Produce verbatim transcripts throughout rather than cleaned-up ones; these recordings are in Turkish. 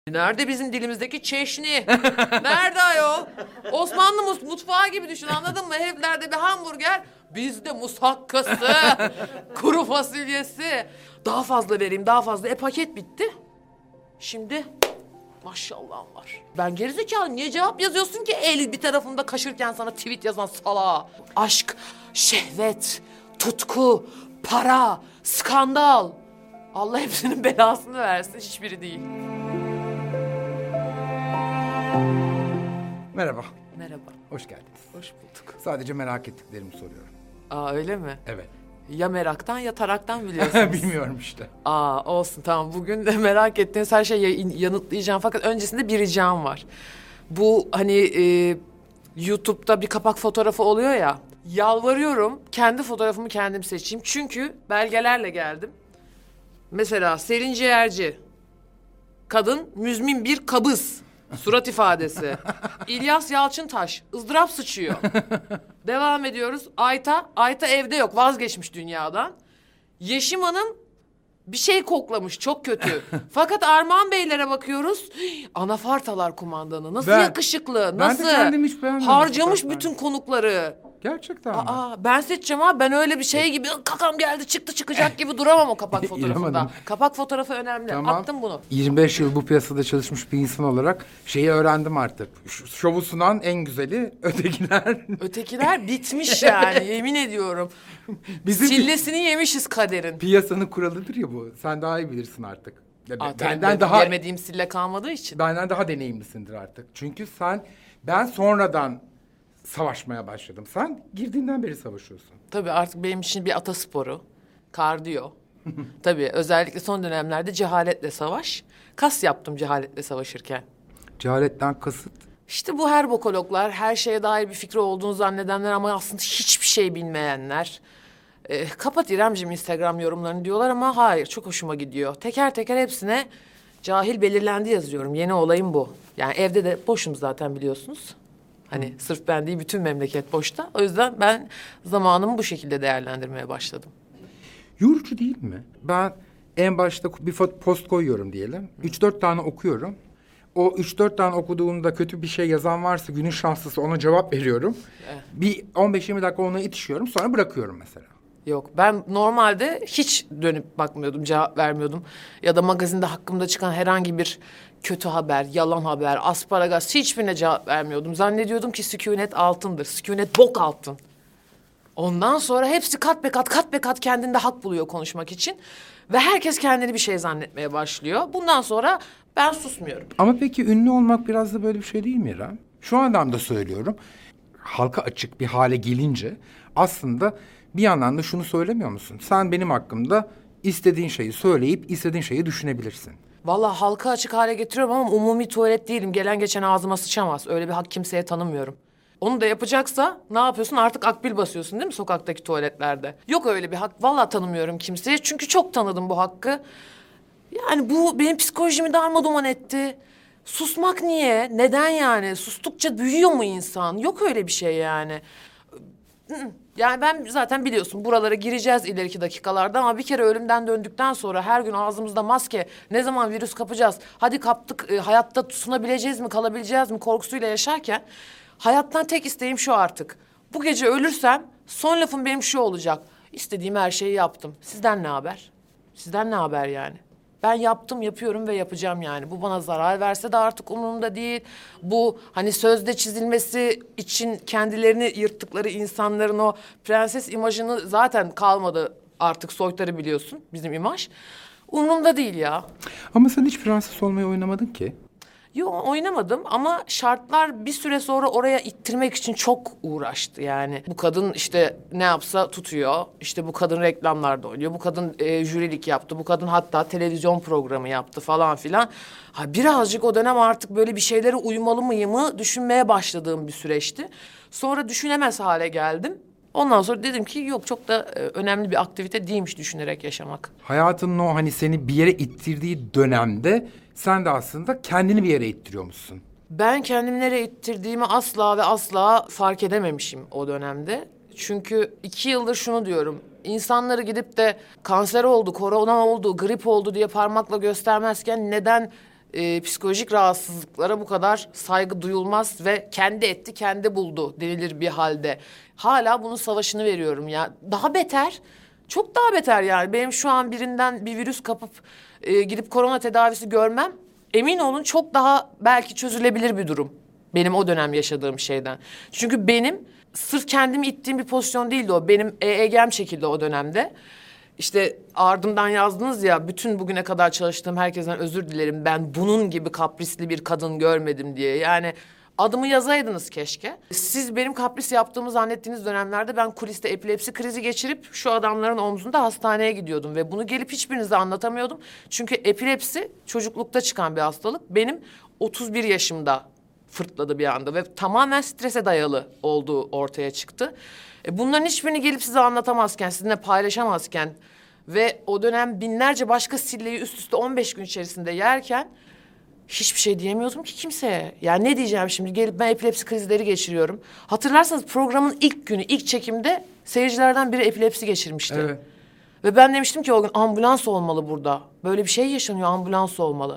Nerede bizim dilimizdeki çeşni? Nerede ayol? Osmanlı mus- mutfağı gibi düşün, anladın mı? Heriflerde bir hamburger, bizde musakkası, kuru fasulyesi. Daha fazla vereyim, daha fazla. E paket bitti. Şimdi maşallahım var. Ben gerizekalı, niye cevap yazıyorsun ki el bir tarafımda kaşırken sana tweet yazan salağa? Aşk, şehvet, tutku, para, skandal. Allah hepsinin belasını versin, hiçbiri değil. Merhaba. Merhaba. Hoş geldiniz. Hoş bulduk. Sadece merak ettiklerimi soruyorum. Aa öyle mi? Evet. Ya meraktan ya taraktan biliyorsunuz. Bilmiyorum işte. Aa olsun tamam, bugün de merak ettiğiniz her şeyi yanıtlayacağım. Fakat öncesinde bir ricam var. Bu hani e, YouTube'da bir kapak fotoğrafı oluyor ya. Yalvarıyorum kendi fotoğrafımı kendim seçeyim. Çünkü belgelerle geldim. Mesela Selin Ciğerci. Kadın müzmin bir kabız. Surat ifadesi. İlyas Yalçıntaş ızdırap sıçıyor. Devam ediyoruz. Ayta, Ayta evde yok, vazgeçmiş dünyadan. Yeşim Hanım bir şey koklamış, çok kötü. Fakat Armağan Beylere bakıyoruz. Anafartalar kumandanı. Nasıl Ben- yakışıklı, ben de nasıl? kendim hiç beğenmedim Harcamış fotoğraflarını. bütün konukları. Gerçekten mi? Aa, ben seçeceğim abi. Ben öyle bir şey gibi kakam geldi çıktı çıkacak gibi duramam o kapak fotoğrafında. İnanamadım. Kapak fotoğrafı önemli. Tamam. Attım bunu. yirmi beş yıl bu piyasada çalışmış bir insan olarak şeyi öğrendim artık. Ş- Şovu sunan en güzeli ötekiler. Ötekiler bitmiş yani, yemin ediyorum. Bizim Sillesini yemişiz kaderin. piyasanın kuralıdır ya bu. Sen daha iyi bilirsin artık. Ya Aa, tabii benden benim daha yemediğim sille kalmadığı için. benden daha deneyimlisindir artık. Çünkü sen ben sonradan savaşmaya başladım. Sen girdiğinden beri savaşıyorsun. Tabii artık benim için bir atasporu. Kardiyo. Tabii özellikle son dönemlerde cehaletle savaş. Kas yaptım cehaletle savaşırken. Cehaletten kasıt. İşte bu herbokologlar, her şeye dair bir fikri olduğunu zannedenler ama aslında hiçbir şey bilmeyenler. Ee, kapat İremciğim Instagram yorumlarını diyorlar ama hayır, çok hoşuma gidiyor. Teker teker hepsine cahil belirlendi yazıyorum. Yeni olayım bu. Yani evde de boşum zaten biliyorsunuz. Hani sırf ben değil, bütün memleket boşta. O yüzden ben zamanımı bu şekilde değerlendirmeye başladım. Yorucu değil mi? Ben en başta bir fo- post koyuyorum diyelim. Üç dört tane okuyorum. O üç dört tane okuduğumda kötü bir şey yazan varsa günün şanslısı ona cevap veriyorum. Evet. Bir on beş yirmi dakika ona itişiyorum, sonra bırakıyorum mesela. Yok, ben normalde hiç dönüp bakmıyordum, cevap vermiyordum. Ya da magazinde hakkımda çıkan herhangi bir kötü haber, yalan haber, asparagas, hiçbirine cevap vermiyordum. Zannediyordum ki sükunet altındır. Sükunet bok altın. Ondan sonra hepsi kat be kat, kat be kat kendinde hak buluyor konuşmak için. Ve herkes kendini bir şey zannetmeye başlıyor. Bundan sonra ben susmuyorum. Ama peki ünlü olmak biraz da böyle bir şey değil mi İrem? Şu anlamda söylüyorum. Halka açık bir hale gelince aslında bir yandan da şunu söylemiyor musun? Sen benim hakkımda istediğin şeyi söyleyip istediğin şeyi düşünebilirsin. Vallahi halka açık hale getiriyorum ama umumi tuvalet değilim. Gelen geçen ağzıma sıçamaz. Öyle bir hak kimseye tanımıyorum. Onu da yapacaksa ne yapıyorsun? Artık akbil basıyorsun değil mi sokaktaki tuvaletlerde? Yok öyle bir hak. Vallahi tanımıyorum kimseye. Çünkü çok tanıdım bu hakkı. Yani bu benim psikolojimi darmadağın etti. Susmak niye? Neden yani? Sustukça büyüyor mu insan? Yok öyle bir şey yani. Yani ben zaten biliyorsun buralara gireceğiz ileriki dakikalarda ama bir kere ölümden döndükten sonra her gün ağzımızda maske, ne zaman virüs kapacağız, hadi kaptık, e, hayatta tutunabileceğiz mi, kalabileceğiz mi korkusuyla yaşarken hayattan tek isteğim şu artık. Bu gece ölürsem son lafım benim şu olacak: İstediğim her şeyi yaptım. Sizden ne haber? Sizden ne haber yani? Ben yaptım, yapıyorum ve yapacağım yani. Bu bana zarar verse de artık umurumda değil. Bu hani sözde çizilmesi için kendilerini yırttıkları insanların o prenses imajını zaten kalmadı artık, soytarı biliyorsun bizim imaj. Umurumda değil ya. Ama sen hiç prenses olmayı oynamadın ki. Yo, oynamadım ama şartlar bir süre sonra oraya ittirmek için çok uğraştı yani. Bu kadın işte ne yapsa tutuyor. İşte bu kadın reklamlarda oynuyor. Bu kadın e, jürilik yaptı. Bu kadın hatta televizyon programı yaptı falan filan. Ha, birazcık o dönem artık böyle bir şeylere uymalı mıyımı düşünmeye başladığım bir süreçti. Sonra düşünemez hale geldim. Ondan sonra dedim ki yok, çok da e, önemli bir aktivite değilmiş düşünerek yaşamak. Hayatının o hani seni bir yere ittirdiği dönemde sen de aslında kendini bir yere ittiriyormuşsun. Ben kendimi nereye ittirdiğimi asla ve asla fark edememişim o dönemde. Çünkü iki yıldır şunu diyorum: İnsanları gidip de kanser oldu, korona oldu, grip oldu diye parmakla göstermezken neden e, psikolojik rahatsızlıklara bu kadar saygı duyulmaz ve kendi etti kendi buldu denilir bir halde. Hala bunun savaşını veriyorum ya. Daha beter, çok daha beter yani. Benim şu an birinden bir virüs kapıp e, gidip korona tedavisi görmem, emin olun çok daha belki çözülebilir bir durum. Benim o dönem yaşadığım şeyden. Çünkü benim sırf kendimi ittiğim bir pozisyon değildi o. Benim E E G'm çekildi o dönemde. İşte ardımdan yazdınız ya, bütün bugüne kadar çalıştığım herkesten özür dilerim. Ben bunun gibi kaprisli bir kadın görmedim diye. Yani adımı yazaydınız keşke. Siz benim kapris yaptığımı zannettiğiniz dönemlerde ben kuliste epilepsi krizi geçirip şu adamların omzunda hastaneye gidiyordum. Ve bunu gelip hiçbirinize anlatamıyordum. Çünkü epilepsi çocuklukta çıkan bir hastalık. Benim otuz bir yaşımda fırtladı bir anda ve tamamen strese dayalı olduğu ortaya çıktı. E bunların hiçbirini gelip size anlatamazken, sizinle paylaşamazken ve o dönem binlerce başka silleyi üst üste on beş gün içerisinde yerken hiçbir şey diyemiyordum ki kimseye. Yani ne diyeceğim şimdi? Gelip ben epilepsi krizleri geçiriyorum. Hatırlarsanız programın ilk günü, ilk çekimde seyircilerden biri epilepsi geçirmişti. Evet. Ve ben demiştim ki o gün ambulans olmalı burada. Böyle bir şey yaşanıyor, ambulans olmalı.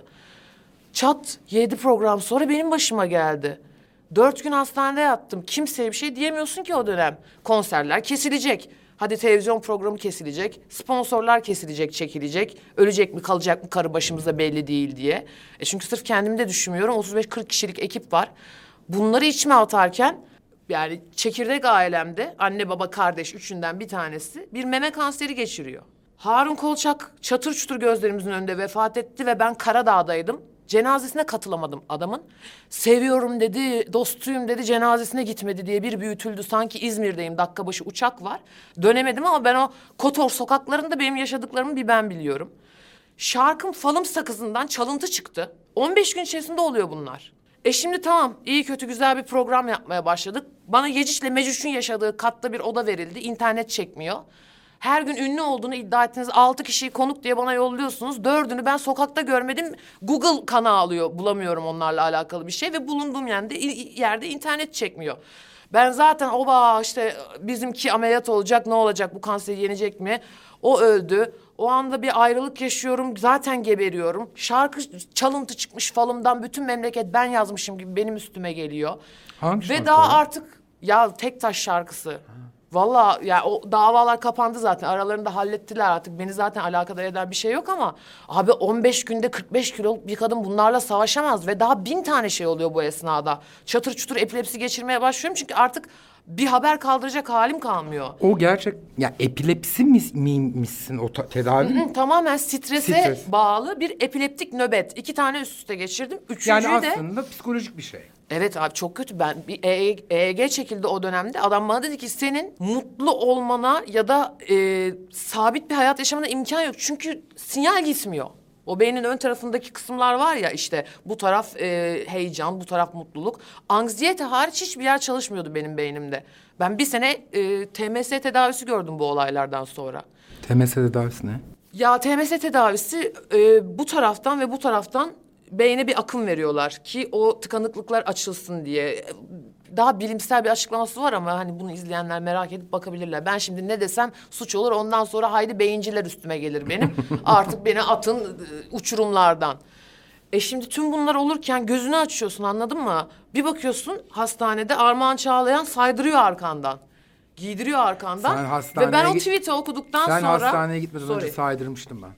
Çat yedi program sonra benim başıma geldi. Dört gün hastanede yattım. Kimseye bir şey diyemiyorsun ki o dönem. Konserler kesilecek. Hadi televizyon programı kesilecek. Sponsorlar kesilecek, çekilecek. Ölecek mi kalacak mı karı başımıza belli değil diye. E çünkü sırf kendimi de düşünmüyorum. otuz beş kırk kişilik ekip var. Bunları içime atarken yani çekirdek ailemde anne baba kardeş üçünden bir tanesi bir meme kanseri geçiriyor. Harun Kolçak çatır çutur gözlerimizin önünde vefat etti ve ben Karadağ'daydım. Cenazesine katılamadım adamın. Seviyorum dedi, dostuyum dedi, cenazesine gitmedi diye bir büyütüldü. Sanki İzmir'deyim, dakika başı uçak var. Dönemedim ama ben o Kotor sokaklarında benim yaşadıklarımı bir ben biliyorum. Şarkım Falım Sakızı'ndan çalıntı çıktı. on beş gün içerisinde oluyor bunlar. E şimdi tamam, iyi kötü güzel bir program yapmaya başladık. Bana Yecic'le Mecuş'un yaşadığı katta bir oda verildi, internet çekmiyor. Her gün ünlü olduğunu iddia ettiğiniz altı kişiyi konuk diye bana yolluyorsunuz. Dördünü ben sokakta görmedim. Google kana alıyor. Bulamıyorum onlarla alakalı bir şey ve bulunduğum yerde yerde internet çekmiyor. Ben zaten oba işte bizimki ameliyat olacak, ne olacak, bu kanseri yenecek mi? O öldü. O anda bir ayrılık yaşıyorum. Zaten geberiyorum. Şarkı çalıntı çıkmış falımdan, bütün memleket ben yazmışım gibi benim üstüme geliyor. Hangi Ve şarkı daha o? artık ya tek taş şarkısı. Vallahi ya o davalar kapandı zaten. Aralarında hallettiler artık. Beni zaten alakadar eden bir şey yok ama abi on beş günde kırk beş kiloluk bir kadın bunlarla savaşamaz ve daha bin tane şey oluyor bu esnada. Çatır çutur epilepsi geçirmeye başlıyorum çünkü artık bir haber kaldıracak halim kalmıyor. O gerçek ya epilepsi mi, miymişsin o ta- tedavi? Hı, tamamen strese Stres. bağlı bir epileptik nöbet. İki tane üst üste geçirdim. Üçüncüyü Yani de... aslında psikolojik bir şey. Evet abi çok kötü. Ben bir E E G çekildi o dönemde. Adam bana dedi ki senin mutlu olmana ya da e, sabit bir hayat yaşamana imkan yok. Çünkü sinyal gitmiyor. O beynin ön tarafındaki kısımlar var ya işte bu taraf e, heyecan, bu taraf mutluluk. Anksiyete hariç hiçbir yer çalışmıyordu benim beynimde. Ben bir sene e, T M S tedavisi gördüm bu olaylardan sonra. T M S tedavisi ne? Ya T M S tedavisi e, bu taraftan ve bu taraftan beyne bir akım veriyorlar ki o tıkanıklıklar açılsın diye. Daha bilimsel bir açıklaması var ama hani bunu izleyenler merak edip bakabilirler. Ben şimdi ne desem suç olur, ondan sonra haydi beyinciler üstüme gelir benim. Artık beni atın e, uçurumlardan. E şimdi tüm bunlar olurken gözünü açıyorsun, anladın mı? Bir bakıyorsun hastanede Armağan Çağlayan saydırıyor arkandan. Giydiriyor arkandan. Sen hastaneye Ve ben o git- tweet'i okuduktan Sen sonra... hastaneye gitmeden önce Sorry. saydırmıştım ben.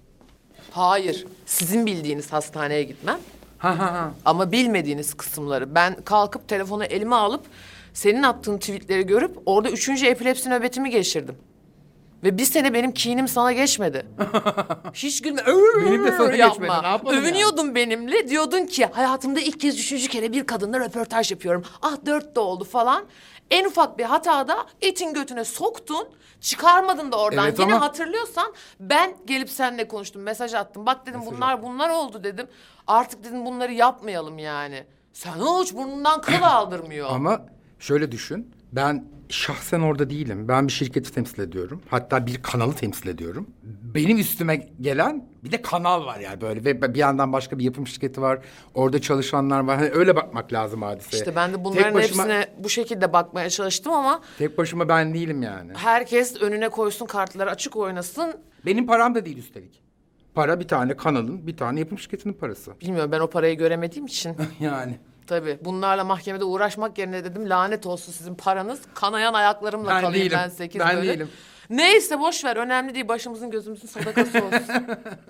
Hayır, sizin bildiğiniz hastaneye gitmem. Ha ha ha. Ama bilmediğiniz kısımları. Ben kalkıp telefonu elime alıp senin attığın tweetleri görüp orada üçüncü epilepsi nöbetimi geçirdim. Ve bir sene benim kinim sana geçmedi. Hiç gülme. Benim de sana yapma. geçmedi, ne yapalım Övünüyordun benimle. Diyordun ki hayatımda ilk kez üçüncü kere bir kadınla röportaj yapıyorum. Ah dört de oldu falan. En ufak bir hatada etin götüne soktun. Çıkarmadın da oradan. Evet Yine ama- hatırlıyorsan ben gelip seninle konuştum. Mesaj attım. Bak dedim bunlar bunlar oldu dedim. Artık dedim bunları yapmayalım yani. Sen uç burnundan kıl aldırmıyor. Ama şöyle düşün. Ben şahsen orada değilim. Ben bir şirketi temsil ediyorum. Hatta bir kanalı temsil ediyorum. Benim üstüme gelen bir de kanal var yani böyle. Ve bir yandan başka bir yapım şirketi var. Orada çalışanlar var. Hani öyle bakmak lazım hadiseye. İşte ben de bunların Tek başıma, hepsine bu şekilde bakmaya çalıştım ama Tek başıma ben değilim yani. herkes önüne koysun kartları açık oynasın. Benim param da değil üstelik. Para bir tane kanalın, bir tane yapım şirketinin parası. Bilmiyorum, ben o parayı göremediğim için. Yani. Tabii bunlarla mahkemede uğraşmak yerine dedim lanet olsun sizin paranız. Kanayan ayaklarımla Ben kalayım değilim, ben sekiz ben böyle. değilim. Neyse boş ver, önemli değil, başımızın gözümüzün sadakası olsun.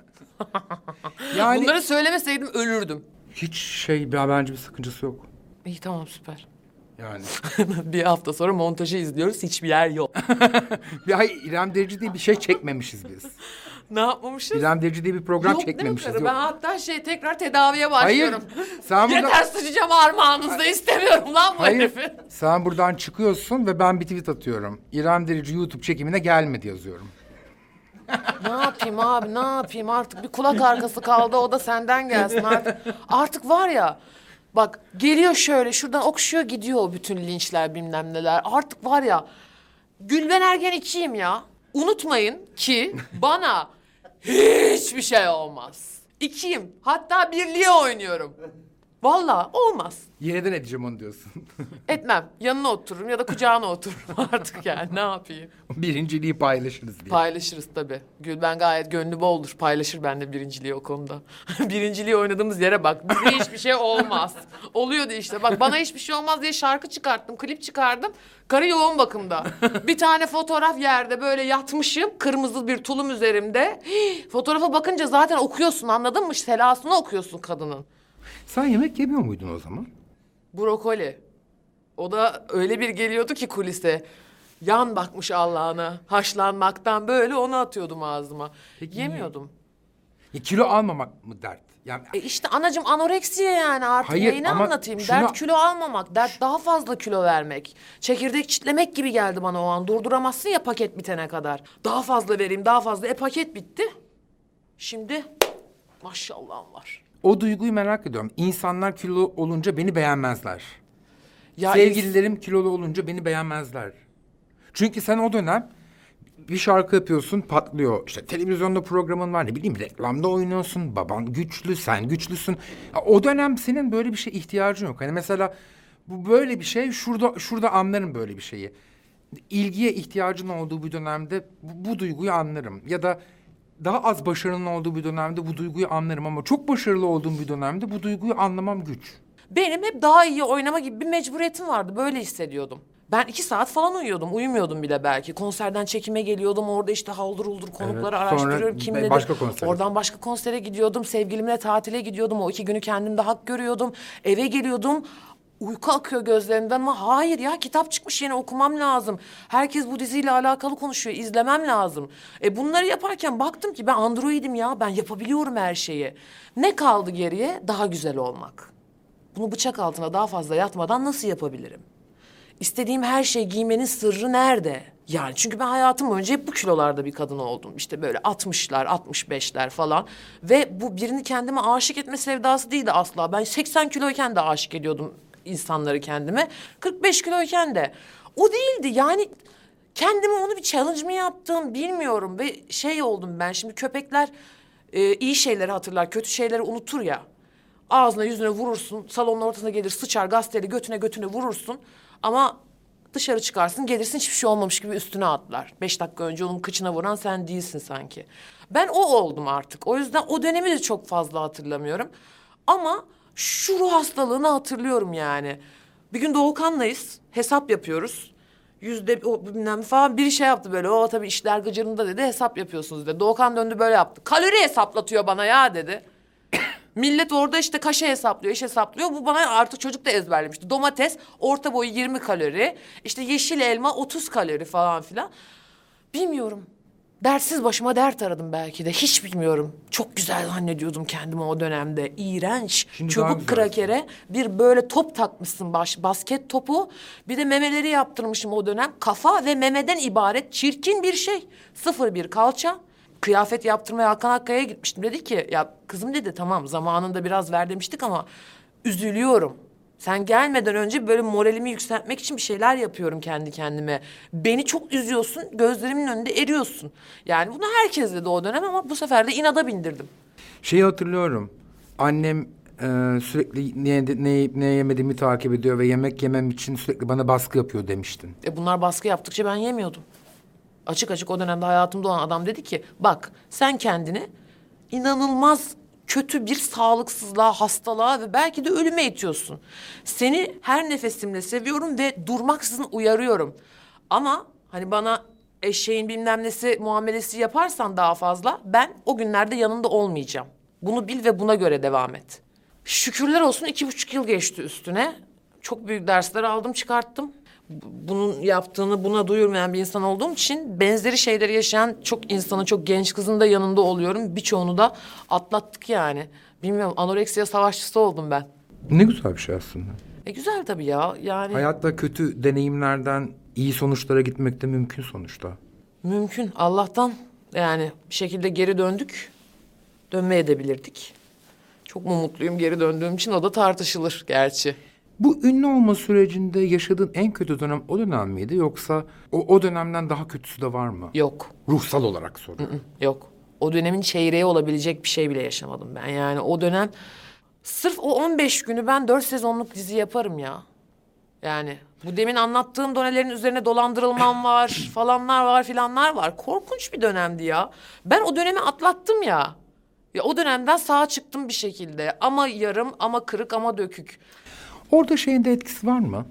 Yani Bunları söylemeseydim ölürdüm. hiç şey bir bence bir sakıncası yok. İyi tamam süper. Yani. Bir hafta sonra montajı izliyoruz, hiçbir yer yok. Bir ay İrem Derici diye bir şey çekmemişiz biz. Ne yapmamışız? İrem Derici diye bir program Yok değil mi çekmemişiz. karı? Yok. Ben hatta şey tekrar tedaviye Hayır. başlıyorum. Sen burada... Yeter sıçacağım armağanınızda, istemiyorum lan bu Hayır. herifi. Sen buradan çıkıyorsun ve ben bir tweet atıyorum. İrem Derici YouTube çekimine gelmedi yazıyorum. Ne yapayım abi, ne yapayım, artık bir kulak arkası kaldı, o da senden gelsin artık. Artık var ya, bak geliyor şöyle şuradan okşuyor gidiyor o bütün linçler bilmem neler. Artık var ya, Gülben Ergen ikiyim ya. Unutmayın ki bana hiçbir şey olmaz. İkiyim, hatta birliğe oynuyorum. Vallahi olmaz. Yeniden edeceğim onu diyorsun. Etmem. Yanına otururum ya da kucağına otururum artık yani, ne yapayım. Birinciliği paylaşırız diye. Paylaşırız tabii. Gülben gayet gönlü boldur. Paylaşır benimle birinciliği o konuda. Birinciliği oynadığımız yere bak. Bize hiçbir şey olmaz. Oluyordu işte. Bak bana hiçbir şey olmaz diye şarkı çıkarttım, klip çıkardım. Karı yoğun bakımda. Bir tane fotoğraf yerde böyle yatmışım. Kırmızı bir tulum üzerimde. Hii, fotoğrafa bakınca zaten okuyorsun, anladın mı? Selasını okuyorsun kadının. Sen yemek yemiyor muydun o zaman? Brokoli. O da öyle bir geliyordu ki kulise. Yan bakmış Allah'ına. Haşlanmaktan böyle onu atıyordum ağzıma. Peki, Yemiyordum. Ya, kilo almamak mı dert? Yani E işte anacığım anoreksiye yani artık. Hayır, Neyini ama anlatayım? şuna- Dert kilo almamak. Dert daha fazla kilo vermek. Çekirdek çitlemek gibi geldi bana o an. Durduramazsın ya paket bitene kadar. Daha fazla vereyim, daha fazla. E paket bitti. Şimdi maşallahım var. o duyguyu merak ediyorum. İnsanlar kilo olunca beni beğenmezler. Ya Sevgililerim kilolu olunca beni beğenmezler. Çünkü sen o dönem bir şarkı yapıyorsun, patlıyor. İşte televizyonda programın var, ne bileyim reklamda oynuyorsun. Baban güçlü, sen güçlüsün. Ya, o dönem senin böyle bir şeye ihtiyacın yok. Hani mesela bu böyle bir şey, şurada şurada anlarım böyle bir şeyi. İlgiye ihtiyacın olduğu bir dönemde bu, bu duyguyu anlarım. Ya da daha az başarının olduğu bir dönemde bu duyguyu anlarım ama çok başarılı olduğum bir dönemde bu duyguyu anlamam güç. Benim hep daha iyi oynama gibi bir mecburiyetim vardı. Böyle hissediyordum. Ben iki saat falan uyuyordum. Uyumuyordum bile belki. Konserden çekime geliyordum. Orada işte haldır uldur konukları Evet, sonra araştırıyorum. Kim be- nedir? başka konsere. Oradan başka konsere gidiyordum. Sevgilimle tatile gidiyordum. O iki günü kendimde hak görüyordum. Eve geliyordum. Uyku akıyor gözlerimden ama hayır ya, kitap çıkmış yeni, okumam lazım. Herkes bu diziyle alakalı konuşuyor, izlemem lazım. E bunları yaparken baktım ki ben androidim ya, ben yapabiliyorum her şeyi. Ne kaldı geriye? Daha güzel olmak. Bunu bıçak altına daha fazla yatmadan nasıl yapabilirim? İstediğim her şeyi giymenin sırrı nerede? Yani çünkü ben hayatım boyunca hep bu kilolarda bir kadın oldum. İşte böyle altmışlar, altmış beşler falan. Ve bu birini kendime aşık etme sevdası değildi asla. Ben seksen kiloyken de aşık ediyordum insanları kendime. kırk beş kiloyken de. O değildi yani, kendime onu bir challenge mı yaptım bilmiyorum. Ve şey oldum ben, şimdi köpekler e, iyi şeyleri hatırlar, kötü şeyleri unutur ya. Ağzına yüzüne vurursun, salonun ortasına gelir sıçar, gazeteleri götüne götüne vurursun. Ama dışarı çıkarsın, gelirsin hiçbir şey olmamış gibi üstüne atlar. Beş dakika önce onun kıçına vuran sen değilsin sanki. Ben o oldum artık. O yüzden o dönemi de çok fazla hatırlamıyorum. Ama şu ruh hastalığını hatırlıyorum yani. Bir gün Doğukan'layız, hesap yapıyoruz. Yüzde o bilmem falan biri şey yaptı böyle. O tabii işler gıcırında dedi, hesap yapıyorsunuz dedi. Doğukan döndü böyle yaptı. Kalori hesaplatıyor bana ya dedi. Millet orada işte kaşe hesaplıyor, iş hesaplıyor. Bu bana artık çocuk da ezberlemişti. Domates orta boyu yirmi kalori. İşte yeşil elma otuz kalori falan filan. Bilmiyorum. Dertsiz başıma dert aradım belki de. Hiç bilmiyorum. Çok güzel zannediyordum kendimi o dönemde. İğrenç. Şimdi daha Çubuk güzelsin. krakere bir böyle top takmışsın baş, basket topu. Bir de memeleri yaptırmışım o dönem. Kafa ve memeden ibaret çirkin bir şey. Sıfır bir kalça. Kıyafet yaptırmaya Hakan Akkaya'ya gitmiştim. Dedi ki ya kızım dedi, tamam zamanında biraz ver demiştik ama üzülüyorum. Sen gelmeden önce böyle moralimi yükseltmek için bir şeyler yapıyorum kendi kendime. Beni çok üzüyorsun, gözlerimin önünde eriyorsun. Yani bunu herkes dedi o dönem ama bu sefer de inada bindirdim. Şeyi hatırlıyorum. Annem e, sürekli ne, ne, ne yemediğimi takip ediyor ve yemek yemem için sürekli bana baskı yapıyor demiştin. E bunlar baskı yaptıkça ben yemiyordum. Açık açık o dönemde hayatımda olan adam dedi ki bak sen kendini inanılmaz kötü bir sağlıksızlığa, hastalığa ve belki de ölüme itiyorsun. Seni her nefesimle seviyorum ve durmaksızın uyarıyorum. Ama hani bana eşeğin bilmem nesi muamelesi yaparsan daha fazla, ben o günlerde yanında olmayacağım. Bunu bil ve buna göre devam et. Şükürler olsun iki buçuk yıl geçti üstüne. Çok büyük dersler aldım, çıkarttım. Bu- Bunun yaptığını buna duyurmayan bir insan olduğum için benzeri şeyleri yaşayan çok insanın, çok genç kızın da yanında oluyorum. Birçoğunu da atlattık yani. Bilmiyorum, anoreksiya savaşçısı oldum ben. Ne güzel bir şey aslında. E güzel tabii ya yani. Hayatta kötü deneyimlerden iyi sonuçlara gitmek de mümkün sonuçta. Mümkün. Allah'tan yani bir şekilde geri döndük. Dönmeye de bilirdik. Çok mu mutluyum geri döndüğüm için, o da tartışılır gerçi. Bu ünlü olma sürecinde yaşadığın en kötü dönem o dönem miydi yoksa o, o dönemden daha kötüsü de var mı? Yok. Ruhsal olarak soruyorum. Yok. O dönemin çeyreği olabilecek bir şey bile yaşamadım ben. Yani o dönem sırf o on beş günü ben dört sezonluk dizi yaparım ya. Yani bu demin anlattığım donelerin üzerine dolandırılmam var, falanlar var, filanlar var. Korkunç bir dönemdi ya. Ben o dönemi atlattım ya. Ya o dönemden sağa çıktım bir şekilde. Ama yarım, ama kırık, ama dökük. Orada şeyin de etkisi var mı?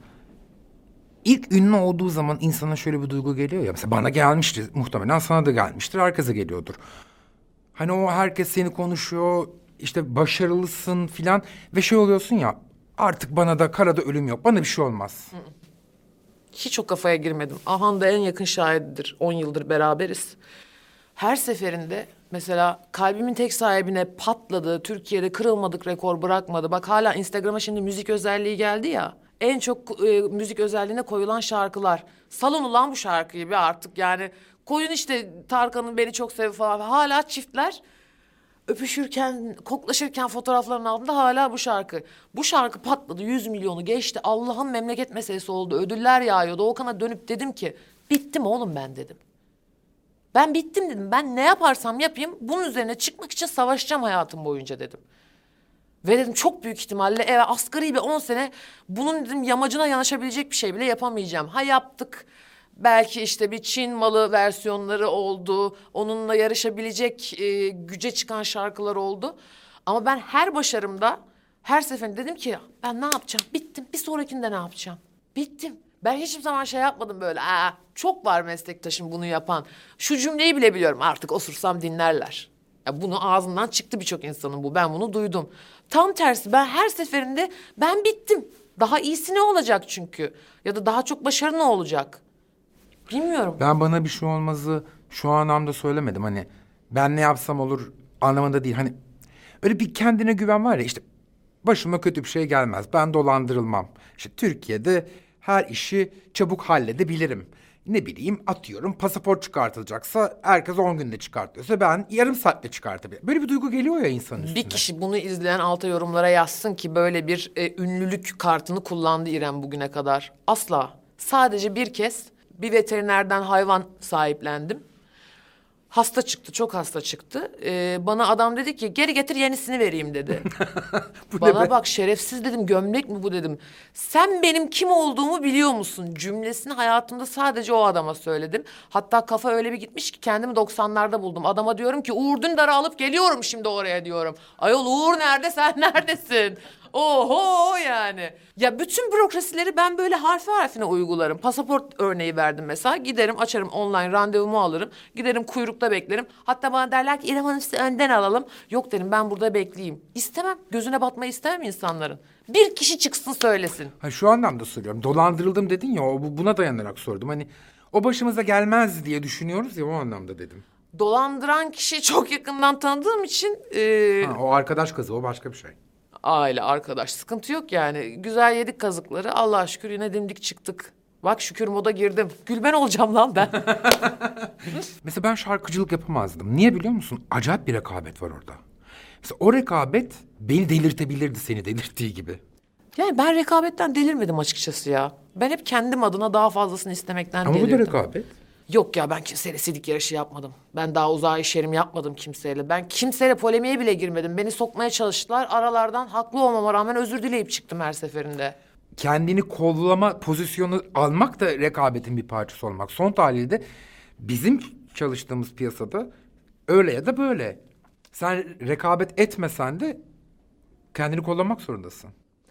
İlk ünlü olduğu zaman insana şöyle bir duygu geliyor ya. Mesela bana gelmişti, muhtemelen sana da gelmiştir, herkese geliyordur. Hani o herkes seni konuşuyor, işte başarılısın filan ve şey oluyorsun ya, artık bana da karada ölüm yok, bana bir şey olmaz. Hiç o kafaya girmedim. Ahan da en yakın şahididir. On yıldır beraberiz. Her seferinde mesela kalbimin tek sahibine patladı, Türkiye'de kırılmadık rekor bırakmadı. Bak hala Instagram'a şimdi müzik özelliği geldi ya. En çok e, müzik özelliğine koyulan şarkılar. Salın ulan bu şarkıyı bir artık yani. Koyun işte Tarkan'ın Beni Çok Sev falan. Hala çiftler öpüşürken, koklaşırken fotoğrafların altında hala bu şarkı. Bu şarkı patladı, yüz milyonu geçti. Allah'ın memleket meselesi oldu. Ödüller yağıyordu. Okan'a dönüp dedim ki, bittim oğlum ben dedim. Ben bittim dedim. Ben ne yaparsam yapayım bunun üzerine çıkmak için savaşacağım hayatım boyunca dedim. Ve dedim çok büyük ihtimalle evet asgari bir on sene bunun dedim yamacına yanaşabilecek bir şey bile yapamayacağım. Ha yaptık. Belki işte bir Çin malı versiyonları oldu. Onunla yarışabilecek e, güce çıkan şarkılar oldu. Ama ben her başarımda her seferinde dedim ki ben ne yapacağım? Bittim. Bir sonrakinde ne yapacağım? Bittim. Ben hiçbir zaman şey yapmadım böyle. Aa, çok var meslektaşım bunu yapan. Şu cümleyi bile biliyorum, artık osursam dinlerler. Ya bunu ağzından çıktı birçok insanın bu. Ben bunu duydum. Tam tersi, ben her seferinde ben bittim. Daha iyisi ne olacak çünkü? Ya da daha çok başarı ne olacak? Bilmiyorum. Ben bana bir şey olmazı şu anlamda söylemedim. Hani ben ne yapsam olur anlamında değil. Hani öyle bir kendine güven var ya, işte başıma kötü bir şey gelmez. Ben dolandırılmam. İşte Türkiye'de her işi çabuk halledebilirim. Ne bileyim, atıyorum pasaport çıkartılacaksa herkes on günde çıkartıyorsa ben yarım saatte çıkartabilirim. Böyle bir duygu geliyor ya insanın üstüne. Bir kişi bunu izleyen alta yorumlara yazsın ki böyle bir e, ünlülük kartını kullandı İrem bugüne kadar. Asla. Sadece bir kez bir veterinerden hayvan sahiplendim. Hasta çıktı, çok hasta çıktı. Ee, bana adam dedi ki geri getir yenisini vereyim dedi. Bu ne Bana be? bak şerefsiz dedim, gömlek mi bu dedim. Sen benim kim olduğumu biliyor musun? Cümlesini hayatımda sadece o adama söyledim. Hatta kafa öyle bir gitmiş ki kendimi doksanlarda buldum. Adama diyorum ki Uğur Dündar'ı alıp geliyorum şimdi oraya diyorum. Ayol Uğur nerede, sen neredesin? Oho yani. Ya bütün bürokrasileri ben böyle harfi harfine uygularım. Pasaport örneği verdim mesela. Giderim açarım online randevumu alırım. Giderim kuyrukta beklerim. Hatta bana derler ki İrem Hanım sizi önden alalım. Yok derim, ben burada bekleyeyim. İstemem. Gözüne batmayı istemem insanların. Bir kişi çıksın söylesin. Ha, şu anlamda soruyorum. Dolandırıldım dedin ya, o bu- buna dayanarak sordum. Hani o başımıza gelmez diye düşünüyoruz ya, o anlamda dedim. Dolandıran kişiyi çok yakından tanıdığım için... e, Ha, o arkadaş kızı, o başka bir şey. aile, arkadaş sıkıntı yok yani. Güzel yedik kazıkları. Allah'a şükür yine dimdik çıktık. Bak şükür moda girdim. Gülben olacağım lan ben. Mesela ben şarkıcılık yapamazdım. Niye biliyor musun? Acayip bir rekabet var orada. Mesela o rekabet beni delirtebilirdi, seni delirttiği gibi. Yani ben rekabetten delirmedim açıkçası ya. Ben hep kendim adına daha fazlasını istemekten Ama bu da delirdim. rekabet. Yok ya, ben kimseyle sidik yarışı yapmadım. Ben daha uzağa işlerim yapmadım kimseyle. Ben kimseyle polemiğe bile girmedim. Beni sokmaya çalıştılar. Aralardan haklı olmama rağmen özür dileyip çıktım her seferinde. Kendini kollama pozisyonu almak da rekabetin bir parçası olmak. Son tahlilde bizim çalıştığımız piyasada öyle ya da böyle. Sen rekabet etmesen de kendini kollamak zorundasın.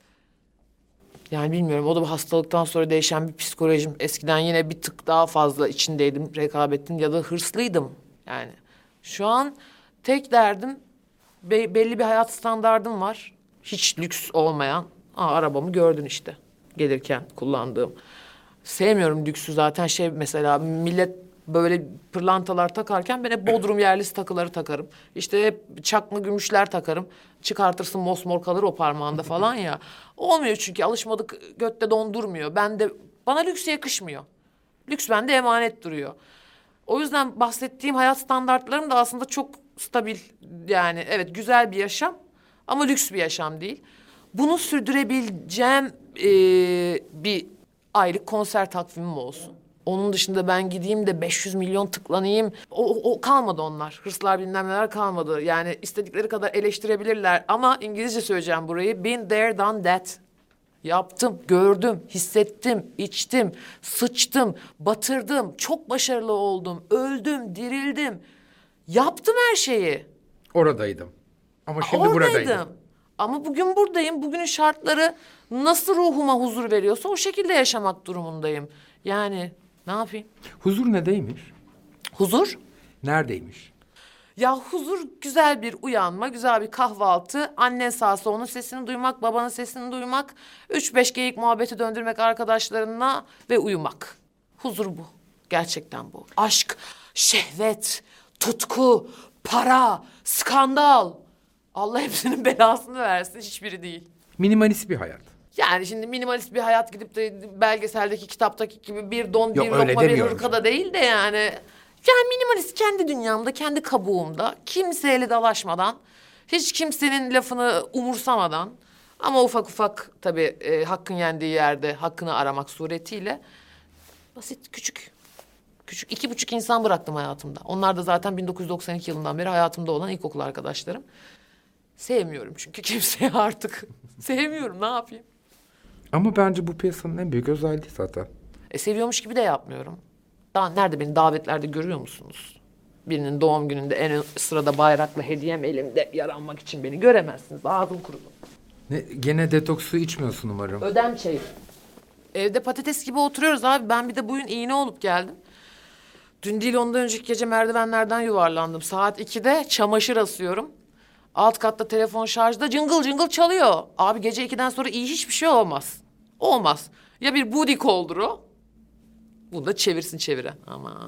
Yani bilmiyorum, o da bu hastalıktan sonra değişen bir psikolojim. Eskiden yine bir tık daha fazla içindeydim rekabetin ya da hırslıydım yani. Şu an tek derdim be- belli bir hayat standardım var. Hiç lüks olmayan. Aa, arabamı gördün işte gelirken kullandığım. Sevmiyorum lüksü zaten, şey mesela millet böyle pırlantalar takarken ben hep Bodrum yerlisi takıları takarım. İşte hep çakma gümüşler takarım. Çıkartırsın mosmor kalır o parmağında falan ya. Olmuyor çünkü alışmadık, götte dondurmuyor. Ben de, bana lüks yakışmıyor. Lüks bende emanet duruyor. O yüzden bahsettiğim hayat standartlarım da aslında çok stabil. Yani evet, güzel bir yaşam ama lüks bir yaşam değil. Bunu sürdürebileceğim eee, bir aylık konser takvimim olsun. Onun dışında ben gideyim de beş yüz milyon tıklanayım. O, o, o kalmadı onlar. Hırslar bilmem neler kalmadı. Yani istedikleri kadar eleştirebilirler. Ama İngilizce söyleyeceğim burayı. Been there, done that. Yaptım, gördüm, hissettim, içtim, sıçtım, batırdım. Çok başarılı oldum, öldüm, dirildim. Yaptım her şeyi. Oradaydım. Ama şimdi Oradaydım. buradaydım. Ama bugün buradayım. Bugünün şartları nasıl ruhuma huzur veriyorsa o şekilde yaşamak durumundayım. Yani ne yapayım? Huzur nedeymiş? Huzur? Neredeymiş? Ya huzur güzel bir uyanma, güzel bir kahvaltı, annen sağsa onun sesini duymak, babanın sesini duymak, üç beş geyik muhabbeti döndürmek arkadaşlarınla ve uyumak. Huzur bu. Gerçekten bu. Aşk, şehvet, tutku, para, skandal. Allah hepsinin belasını versin, hiçbiri değil. Minimalist bir hayat. Yani şimdi minimalist bir hayat gidip de belgeseldeki, kitaptaki gibi bir don, Yok, bir öyle lokma, bir demiyorum hırka da değil de yani. Yani minimalist kendi dünyamda, kendi kabuğumda, kimseyle dalaşmadan, hiç kimsenin lafını umursamadan ama ufak ufak tabii e, hakkın yendiği yerde hakkını aramak suretiyle basit, küçük, küçük iki buçuk insan bıraktım hayatımda. Onlar da zaten bin dokuz yüz doksan iki yılından beri hayatımda olan ilkokul arkadaşlarım. Sevmiyorum çünkü kimseyi artık. Sevmiyorum, ne yapayım? Ama bence bu piyasanın en büyük özelliği zaten. E, seviyormuş gibi de yapmıyorum. Daha nerede beni davetlerde görüyor musunuz? Birinin doğum gününde en ön sırada bayrakla hediyem elimde yaranmak için beni göremezsiniz. Ağzım kurudu. Ne, gene detoks su içmiyorsun umarım. Ödem çayı. Evde patates gibi oturuyoruz abi. Ben bir de bugün iğne olup geldim. Dün değil ondan önceki gece merdivenlerden yuvarlandım. Saat ikide çamaşır asıyorum. Alt katta telefon şarjda cıngıl cıngıl çalıyor. Abi gece ikiden sonra iyi hiçbir şey olmaz. Olmaz. Ya bir booty call'dur o. Bunu da çevirsin çevire. Aman.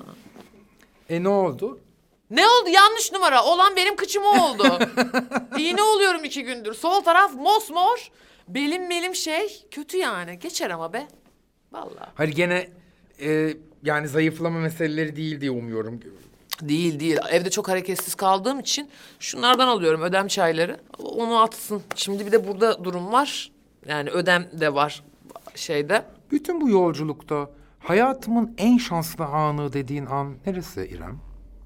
E ne oldu? Ne oldu? Yanlış numara. Olan benim kıçım oldu. İğne oluyorum iki gündür. Sol taraf mosmor. Belim belim şey. Kötü yani. Geçer ama be. Vallahi. Hayır gene e, yani zayıflama meseleleri değil diye umuyorum. Değil değil. Evde çok hareketsiz kaldığım için şunlardan alıyorum, ödem çayları. Onu atsın. Şimdi bir de burada durum var. Yani ödem de var şeyde. Bütün bu yolculukta hayatımın en şanslı anı dediğin an neresi İrem?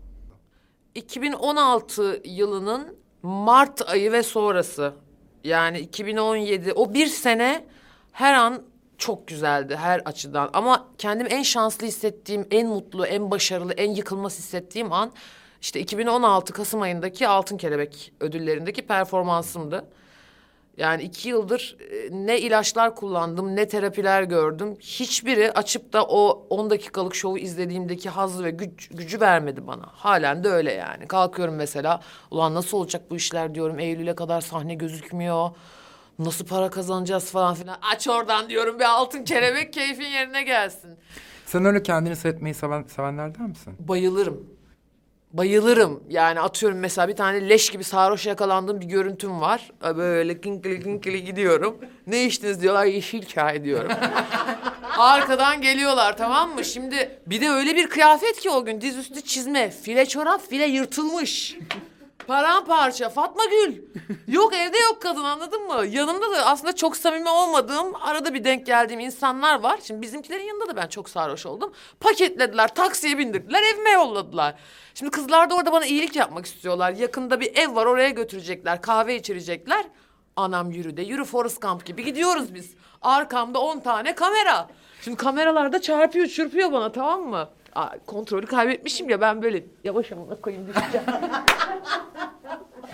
iki bin on altı yılının Mart ayı ve sonrası. Yani iki bin on yedi, o bir sene her an çok güzeldi her açıdan. Ama kendimi en şanslı hissettiğim, en mutlu, en başarılı, en yıkılmaz hissettiğim an işte iki bin on altı Kasım ayındaki Altın Kelebek ödüllerindeki performansımdı. Yani iki yıldır e, ne ilaçlar kullandım, ne terapiler gördüm. Hiçbiri açıp da o on dakikalık şovu izlediğimdeki hazzı ve güç, gücü vermedi bana. Halen de öyle yani. Kalkıyorum mesela, ulan nasıl olacak bu işler diyorum. Eylül'e kadar sahne gözükmüyor. Nasıl para kazanacağız falan filan. Aç oradan diyorum bir Altın Kelebek, keyfin yerine gelsin. Sen öyle kendini seyretmeyi seven, sevenlerden misin? Bayılırım. Bayılırım. Yani atıyorum mesela bir tane leş gibi sarhoş yakalandığım bir görüntüm var. Böyle kinkili kinkili gidiyorum. Ne içtiniz diyorlar, yeşil çay diyorum. Arkadan geliyorlar, tamam mı? Şimdi bir de öyle bir kıyafet ki o gün dizüstü çizme, file çorap, file yırtılmış. Paramparça, Fatma Gül. Yok evde yok kadın, anladın mı? Yanımda da aslında çok samimi olmadığım, arada bir denk geldiğim insanlar var. Şimdi bizimkilerin yanında da ben çok sarhoş oldum. Paketlediler, taksiye bindirdiler, evime yolladılar. Şimdi kızlar da orada bana iyilik yapmak istiyorlar. Yakında bir ev var, oraya götürecekler, kahve içirecekler. Anam yürü de yürü, Forrest Gump gibi gidiyoruz biz. Arkamda on tane kamera. Şimdi kameralar da çarpıyor çırpıyor bana, tamam mı? Aa, kontrolü kaybetmişim ya, ben böyle yavaş amına koyayım düşeceğim.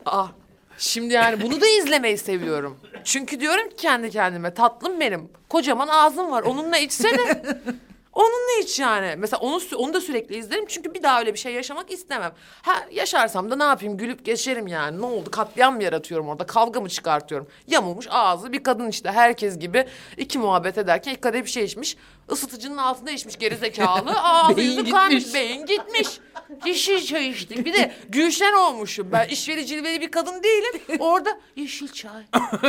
Aa, şimdi yani bunu da izlemeyi seviyorum. Çünkü diyorum ki kendi kendime tatlım benim. Kocaman ağzım var. Onunla içsene. Onunla iç yani. Mesela onu sü- onu da sürekli izlerim. Çünkü bir daha öyle bir şey yaşamak istemem. Ha yaşarsam da ne yapayım? Gülüp geçerim yani. Ne oldu? Katliam mı yaratıyorum orada? Kavga mı çıkartıyorum? Yamulmuş ağzı bir kadın işte herkes gibi iki muhabbet ederken iki kadeh bir şey içmiş. Isıtıcının altında içmiş gerizekalı. Ağzı Beyin yüzü kaymış. gitmiş. Beyin gitmiş. Yeşil çay içtik. Bir de Gülşen olmuşum. Ben işveli cilveli bir kadın değilim. Orada yeşil çay.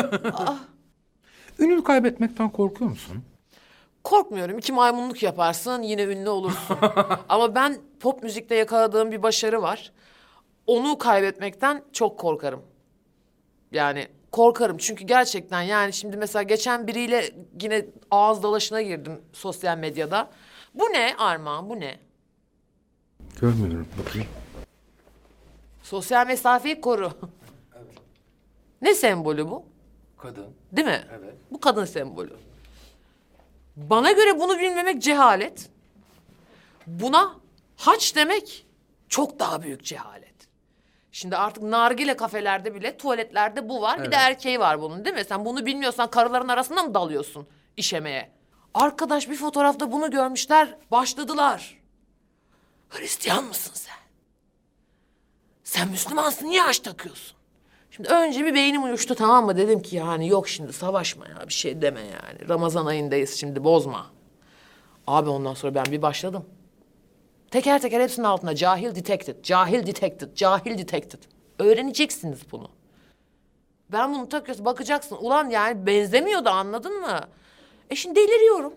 Ünlü kaybetmekten korkuyor musun? Korkmuyorum. İki maymunluk yaparsın yine ünlü olursun. Ama ben pop müzikte yakaladığım bir başarı var. Onu kaybetmekten çok korkarım. Yani korkarım çünkü gerçekten yani şimdi mesela geçen biriyle yine ağız dalaşına girdim sosyal medyada. Bu ne Armağan bu ne? Görmüyorum. Bakayım. Sosyal mesafeyi koru. Ne sembolü bu? Kadın. Değil mi? Evet. Bu kadın sembolü. Bana göre bunu bilmemek cehalet. Buna haç demek çok daha büyük cehalet. Şimdi artık nargile kafelerde bile tuvaletlerde bu var. Bir de Evet. erkeği var bunun değil mi? Sen bunu bilmiyorsan karıların arasında mı dalıyorsun işemeye? Arkadaş bir fotoğrafta bunu görmüşler, başladılar. Hristiyan mısın sen? Sen Müslümansın, niye haç takıyorsun? Şimdi önce bir beynim uyuştu tamam mı? Dedim ki yani yok şimdi savaşma ya bir şey deme yani. Ramazan ayındayız şimdi bozma. Abi ondan sonra ben bir başladım. Teker teker hepsinin altına cahil detected, cahil detected, cahil detected. Öğreneceksiniz bunu. Ben bunu takıyorsun bakacaksın. Ulan yani benzemiyor da anladın mı? E şimdi deliriyorum.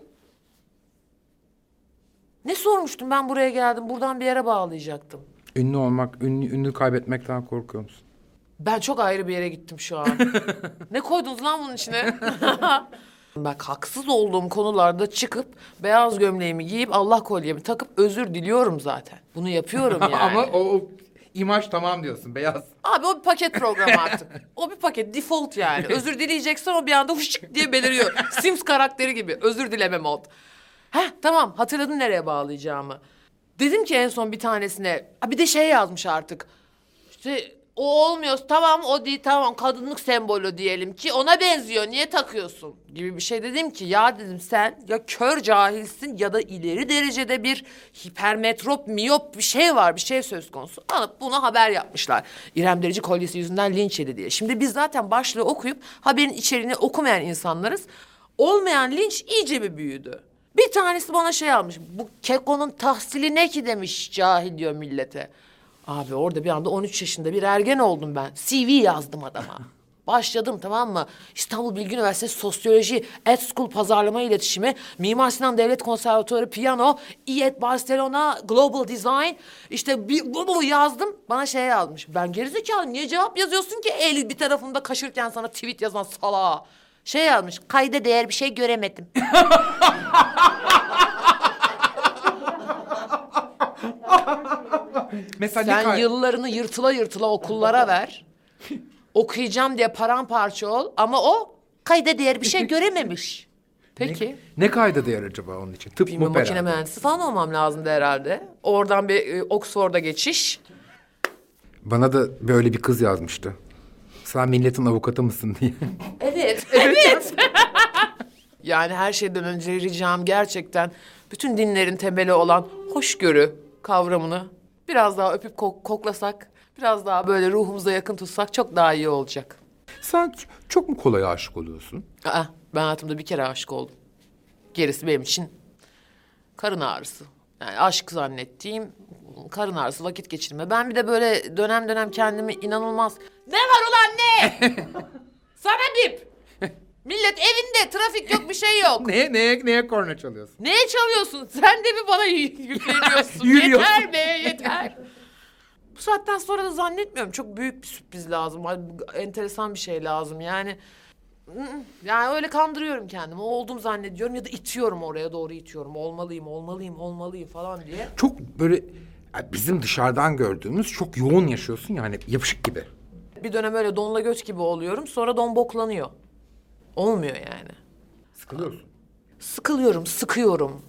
Ne sormuştum ben buraya geldim. Buradan bir yere bağlayacaktım. Ünlü olmak, ünlü, ünlü kaybetmekten korkuyor musun? Ben çok ayrı bir yere gittim şu an. Ne koydunuz lan bunun içine? Bak haksız olduğum konularda çıkıp beyaz gömleğimi giyip Allah kolyemi takıp özür diliyorum zaten. Bunu yapıyorum yani. Ama o, o imaj tamam diyorsun, beyaz. Abi o bir paket programı artık. O bir paket default yani. Özür dileyeceksen o bir anda huşuk diye beliriyor. Sims karakteri gibi özür dileme mod. Heh tamam hatırladım nereye bağlayacağımı. Dedim ki en son bir tanesine ha, bir de şey yazmış artık. İşte o olmuyor tamam o değil tamam kadınlık sembolü diyelim ki ona benziyor niye takıyorsun gibi bir şey dedim ki ya dedim sen ya kör cahilsin ya da ileri derecede bir hipermetrop miyop bir şey var bir şey söz konusu. Alıp buna haber yapmışlar. İrem Derici kolyesi yüzünden linç yedi diye. Şimdi biz zaten başlığı okuyup haberin içeriğini okumayan insanlarız. Olmayan linç iyice bir büyüdü. Bir tanesi bana şey almış. Bu kekonun tahsili ne ki demiş cahil diyor millete. Abi orada bir anda on üç yaşında bir ergen oldum ben. C V yazdım adama. Başladım tamam mı? İstanbul Bilgi Üniversitesi Sosyoloji, Ed School Pazarlama İletişimi, Mimar Sinan Devlet Konservatuarı Piyano, İ E T Barcelona Global Design. İşte bir, bu, bu yazdım. Bana şey yazmış. Ben gerizekalı niye cevap yazıyorsun ki? El bir tarafımda kaşırken sana tweet yazan salağa. Şey yazmış. Kayda değer bir şey göremedim. Mesela ne Sen kay- yıllarını yırtıla yırtıla okullara ver. Okuyacağım diye paramparça ol ama o kayda değer bir şey görememiş. Peki. Ne, ne kayda değer acaba onun için? Tıp Bilmiyorum mı makine herhalde? mühendisi falan olmam lazımdı herhalde. Oradan bir e, Oxford'a geçiş. Bana da böyle bir kız yazmıştı. Sen milletin avukatı mısın diye. Evet, evet. Yani her şeyden önce ricam gerçekten bütün dinlerin temeli olan hoşgörü kavramını biraz daha öpüp kok- koklasak, biraz daha böyle ruhumuza yakın tutsak çok daha iyi olacak. Sen ç- çok mu kolay aşık oluyorsun? Aa, ben hayatımda bir kere aşık oldum. Gerisi benim için karın ağrısı. Yani aşk zannettiğim karın ağrısı vakit geçirme. Ben bir de böyle dönem dönem kendimi inanılmaz... Ne var ulan ne? Sana bip. Millet evinde trafik yok bir şey yok. Neye, neye, neye korna çalıyorsun? Neye çalıyorsun? Sen de mi bana y- yükleniyorsun? Yürüyorsun. Yeter be yeter. Bu saatten sonra da zannetmiyorum. Çok büyük bir sürpriz lazım. Enteresan bir şey lazım yani. Yani öyle kandırıyorum kendimi. Olduğumu zannediyorum ya da itiyorum oraya doğru itiyorum. Olmalıyım, olmalıyım, olmalıyım falan diye. Çok böyle ya bizim dışarıdan gördüğümüz çok yoğun yaşıyorsun yani yapışık gibi. Bir dönem öyle donla göç gibi oluyorum. Sonra don boklanıyor. Olmuyor yani. Sıkılıyorsun. Sıkılıyorum, sıkıyorum.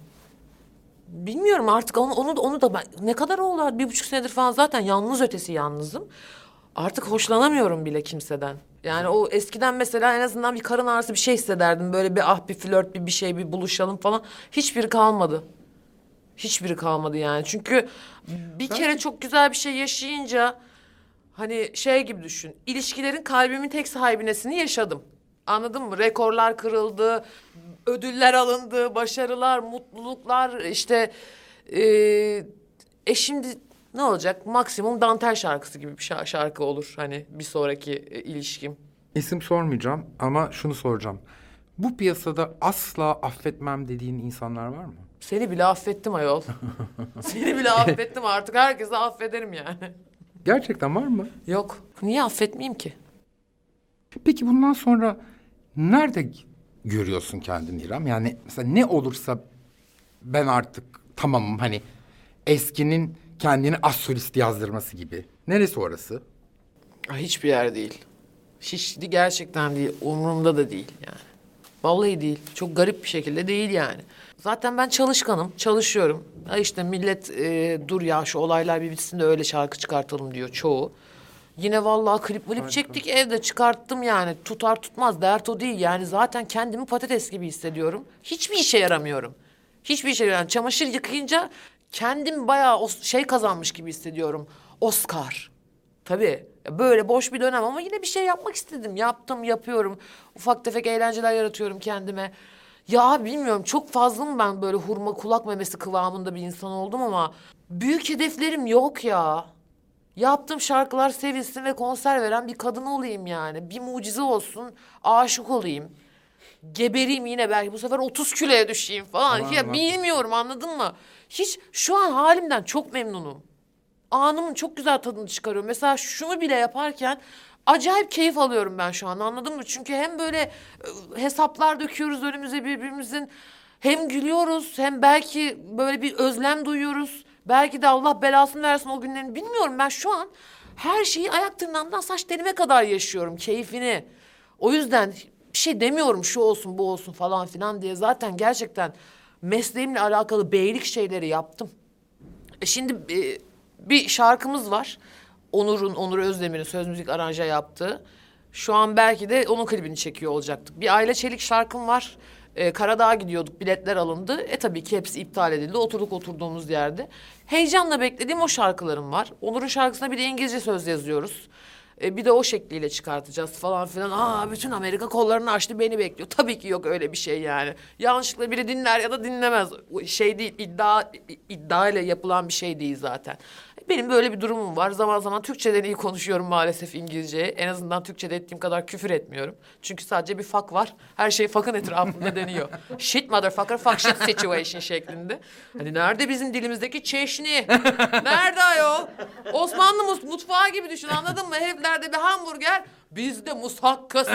Bilmiyorum artık onu onu da, onu da ben ne kadar oldu bir buçuk senedir falan zaten yalnız ötesi yalnızım. Artık hoşlanamıyorum bile kimseden. Yani o eskiden mesela en azından bir karın ağrısı bir şey hissederdim. Böyle bir ah bir flört bir bir şey bir buluşalım falan. Hiçbiri kalmadı. Hiçbiri kalmadı yani. Çünkü bir kere çok güzel bir şey yaşayınca hani şey gibi düşün. İlişkilerin kalbimin tek sahibinesini yaşadım. Anladın mı? Rekorlar kırıldı, ödüller alındı, başarılar, mutluluklar işte e, e şimdi ne olacak? Maksimum dantel şarkısı gibi bir şa- şarkı olur hani bir sonraki e, ilişkim. İsim sormayacağım ama şunu soracağım. Bu piyasada asla affetmem dediğin insanlar var mı? Seni bile affettim ayol. Seni bile affettim artık herkese affederim yani. Gerçekten var mı? Yok. Niye affetmeyeyim ki? Peki bundan sonra nerede görüyorsun kendini İrem? Yani mesela ne olursa ben artık tamamım hani eskinin kendini az solist yazdırması gibi. Neresi orası? Ay, hiçbir yer değil. Hiç gerçekten değil. Umurumda da değil yani. Vallahi değil. Çok garip bir şekilde değil yani. Zaten ben çalışkanım, çalışıyorum. Ha işte millet e, dur ya şu olaylar bir bitsin de öyle şarkı çıkartalım diyor çoğu. Yine vallahi klip klip çektik evde çıkarttım yani. Tutar tutmaz dert o değil yani. Zaten kendimi patates gibi hissediyorum. Hiçbir işe yaramıyorum. Hiçbir işe yaramıyorum. Çamaşır yıkayınca kendim bayağı o şey kazanmış gibi hissediyorum. Oscar. Tabii böyle boş bir dönem ama yine bir şey yapmak istedim. Yaptım, yapıyorum. Ufak tefek eğlenceler yaratıyorum kendime. Ya bilmiyorum çok fazla mı ben böyle hurma kulak memesi kıvamında bir insan oldum ama büyük hedeflerim yok ya. Yaptığım şarkılar sevilsin ve konser veren bir kadın olayım yani. Bir mucize olsun, aşık olayım. Gebereyim yine belki bu sefer otuz kiloya düşeyim falan. Aman Ya aman. bilmiyorum anladın mı? Hiç şu an halimden çok memnunum. Anımın çok güzel tadını çıkarıyorum. Mesela şunu bile yaparken acayip keyif alıyorum ben şu an anladın mı? Çünkü hem böyle e, hesaplar döküyoruz önümüze birbirimizin. Hem gülüyoruz hem belki böyle bir özlem duyuyoruz. Belki de Allah belasını versin o günlerini bilmiyorum. Ben şu an her şeyi ayak tırnağımdan saç telime kadar yaşıyorum keyfini. O yüzden bir şey demiyorum şu olsun bu olsun falan filan diye. Zaten gerçekten mesleğimle alakalı beylik şeyleri yaptım. E şimdi e, bir şarkımız var. Onur'un, Onur Özdemir'in söz müzik aranje yaptığı. Şu an belki de onun klibini çekiyor olacaktık. Bir Ayla Çelik şarkım var. E, Karadağ'a gidiyorduk, biletler alındı. E tabii ki hepsi iptal edildi. Oturduk oturduğumuz yerde. Heyecanla beklediğim o şarkılarım var. Onur'un şarkısına bir de İngilizce söz yazıyoruz. E, bir de o şekliyle çıkartacağız falan filan. Aa bütün Amerika kollarını açtı beni bekliyor. Tabii ki yok öyle bir şey yani. Yanlışlıkla biri dinler ya da dinlemez. O şey değil iddia iddia ile yapılan bir şey değil zaten. Benim böyle bir durumum var. Zaman zaman Türkçeden iyi konuşuyorum maalesef İngilizceye. En azından Türkçede ettiğim kadar küfür etmiyorum. Çünkü sadece bir fuck var. Her şey fuck'ın etrafında dönüyor. Shit motherfucker fuck shit situation şeklinde. Hani nerede bizim dilimizdeki çeşni? Nerede ayol? Osmanlı mus mutfağı gibi düşün anladın mı? Heriflerde bir hamburger, bizde musakkası,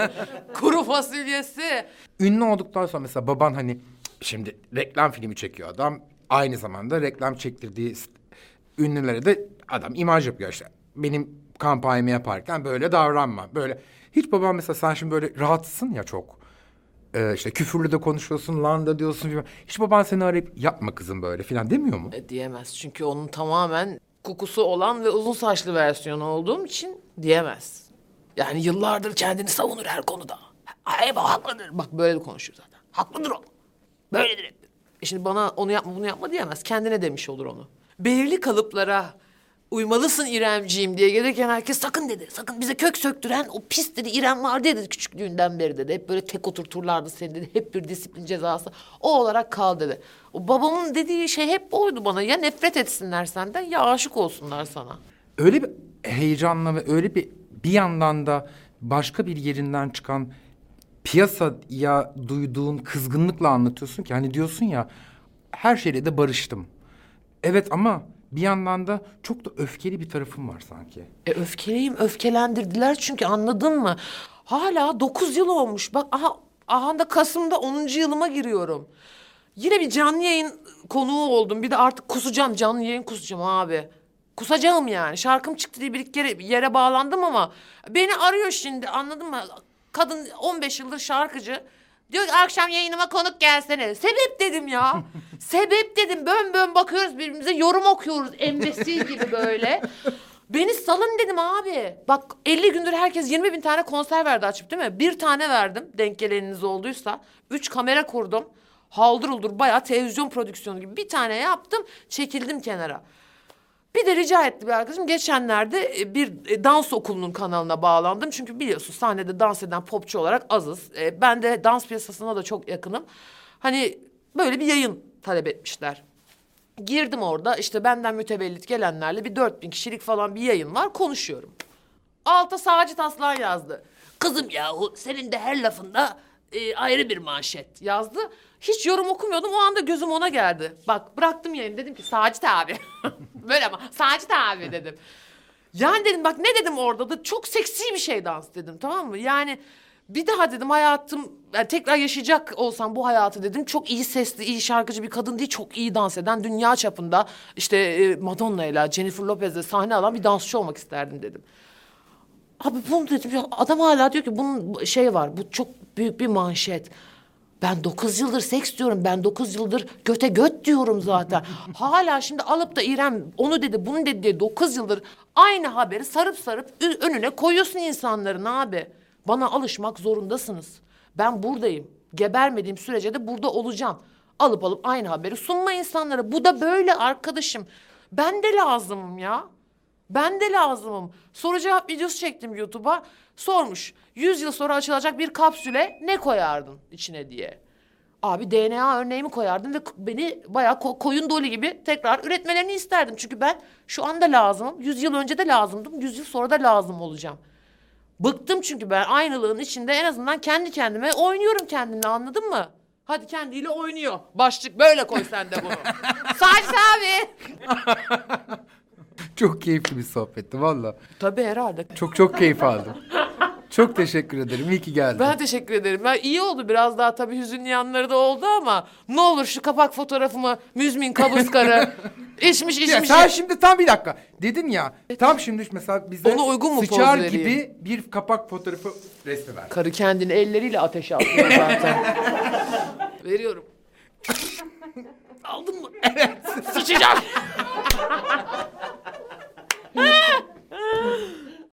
kuru fasulyesi. Ünlü olduktan sonra mesela baban hani şimdi reklam filmi çekiyor adam. Aynı zamanda reklam çektirdiği ünlülere de adam imaj yapıyor işte. Benim kampanyamı yaparken böyle davranma. Böyle hiç babam mesela sen şimdi böyle rahatsın ya çok. Ee, işte küfürlü de konuşuyorsun, lan da diyorsun falan. Hiç baban seni arayıp yapma kızım böyle falan demiyor mu? E, diyemez çünkü onun tamamen kokusu olan ve uzun saçlı versiyonu olduğum için diyemez. Yani yıllardır kendini savunur her konuda. Ay bu haklıdır. Bak böyle de konuşuyor zaten. Haklıdır o. Böyledir hep. E şimdi bana onu yapma bunu yapma diyemez. Kendine demiş olur onu. Belirli kalıplara uymalısın İremciğim diye gelirken herkes sakın dedi. Sakın bize kök söktüren o pis dedi İrem var diye dedi küçüklüğünden beri dedi. Hep böyle tek oturturlardı seni dedi. Hep bir disiplin cezası. O olarak kal dedi. O babamın dediği şey hep oydu bana. Ya nefret etsinler senden ya aşık olsunlar sana. Öyle bir heyecanla ve öyle bir bir yandan da başka bir yerinden çıkan piyasaya duyduğun kızgınlıkla anlatıyorsun ki hani diyorsun ya her şeyle de barıştım. Evet ama bir yandan da çok da öfkeli bir tarafım var sanki. E öfkeliyim, öfkelendirdiler çünkü anladın mı? Hala dokuz yıl olmuş. Bak aha, aha da Kasım'da onuncu yılıma giriyorum. Yine bir canlı yayın konuğu oldum. Bir de artık kusacağım, canlı yayın kusacağım abi. Kusacağım yani. Şarkım çıktı diye bir iki kere yere bağlandım ama beni arıyor şimdi anladın mı? Kadın on beş yıldır şarkıcı. Diyor ki akşam yayınıma konuk gelsene. Sebep dedim ya. Sebep dedim. Bön bön bakıyoruz birbirimize yorum okuyoruz. Embesil gibi böyle. Beni salın dedim abi. Bak elli gündür herkes yirmi bin tane konser verdi açıp değil mi? Bir tane verdim denk geleniniz olduysa. Üç kamera kurdum. Haldır uldur bayağı televizyon prodüksiyonu gibi bir tane yaptım. Çekildim kenara. Bir de rica etti bir arkadaşım. Geçenlerde e, bir e, dans okulunun kanalına bağlandım. Çünkü biliyorsun sahnede dans eden popçu olarak azız. E, Ben de dans piyasasına da çok yakınım. Hani böyle bir yayın talep etmişler. Girdim orada işte benden mütevellit gelenlerle bir dört bin kişilik falan bir yayın var konuşuyorum. Alta Sacit Aslan yazdı. Kızım yahu senin de her lafında e, ayrı bir manşet yazdı. Hiç yorum okumuyordum o anda gözüm ona geldi. Bak bıraktım yayını dedim ki Sacit abi. Böyle ama Sacit abi dedim. Yani dedim bak ne dedim orada da çok seksi bir şey dans dedim tamam mı? Yani bir daha dedim hayatım yani tekrar yaşayacak olsam bu hayatı dedim çok iyi sesli iyi şarkıcı bir kadın değil çok iyi dans eden dünya çapında işte e, Madonna ile Jennifer Lopez'le sahne alan bir dansçı olmak isterdim dedim. Abi bunu dedim ya adam hala diyor ki bunun bu- şey var bu çok büyük bir manşet. Ben dokuz yıldır seks diyorum. Ben dokuz yıldır göte göt diyorum zaten. Hala şimdi alıp da İrem onu dedi bunu dedi diye dokuz yıldır aynı haberi sarıp sarıp ü- önüne koyuyorsun insanların abi. Bana alışmak zorundasınız. Ben buradayım. Gebermediğim sürece de burada olacağım. Alıp alıp aynı haberi sunma insanlara. Bu da böyle arkadaşım. Ben de lazımım ya. Ben de lazımım. Soru cevap videosu çektim YouTube'a. Sormuş. yüz yıl sonra açılacak bir kapsüle ne koyardın içine diye. Abi D N A örneğimi koyardım ve beni bayağı ko- koyun dolu gibi tekrar üretmelerini isterdim. Çünkü ben şu anda lazımım. yüz yıl önce de lazımdım. yüz yıl sonra da lazım olacağım. Bıktım çünkü ben aynılığın içinde en azından kendi kendime oynuyorum kendimle anladın mı? Hadi kendiyle oynuyor. Başlık böyle koy sen de bunu. Sacit abi. Çok keyifli bir sohbetti valla. Tabii herhalde. Çok çok keyif aldım. Çok teşekkür ederim. İyi ki geldin. Ben teşekkür ederim. Ben iyi oldu biraz daha tabii hüzünlü yanları da oldu ama ne olur şu kapak fotoğrafımı müzmin kabuskarı içmiş Ya içmiş. sen şimdi tam bir dakika dedin ya. Tam şimdi mesela bize Ona uygun mu poz sıçar vereyim? gibi bir kapak fotoğrafı resmi ver. Karı kendini elleriyle ateşe atıyor zaten. Veriyorum. Aldın mı? Evet. Sıçacağım.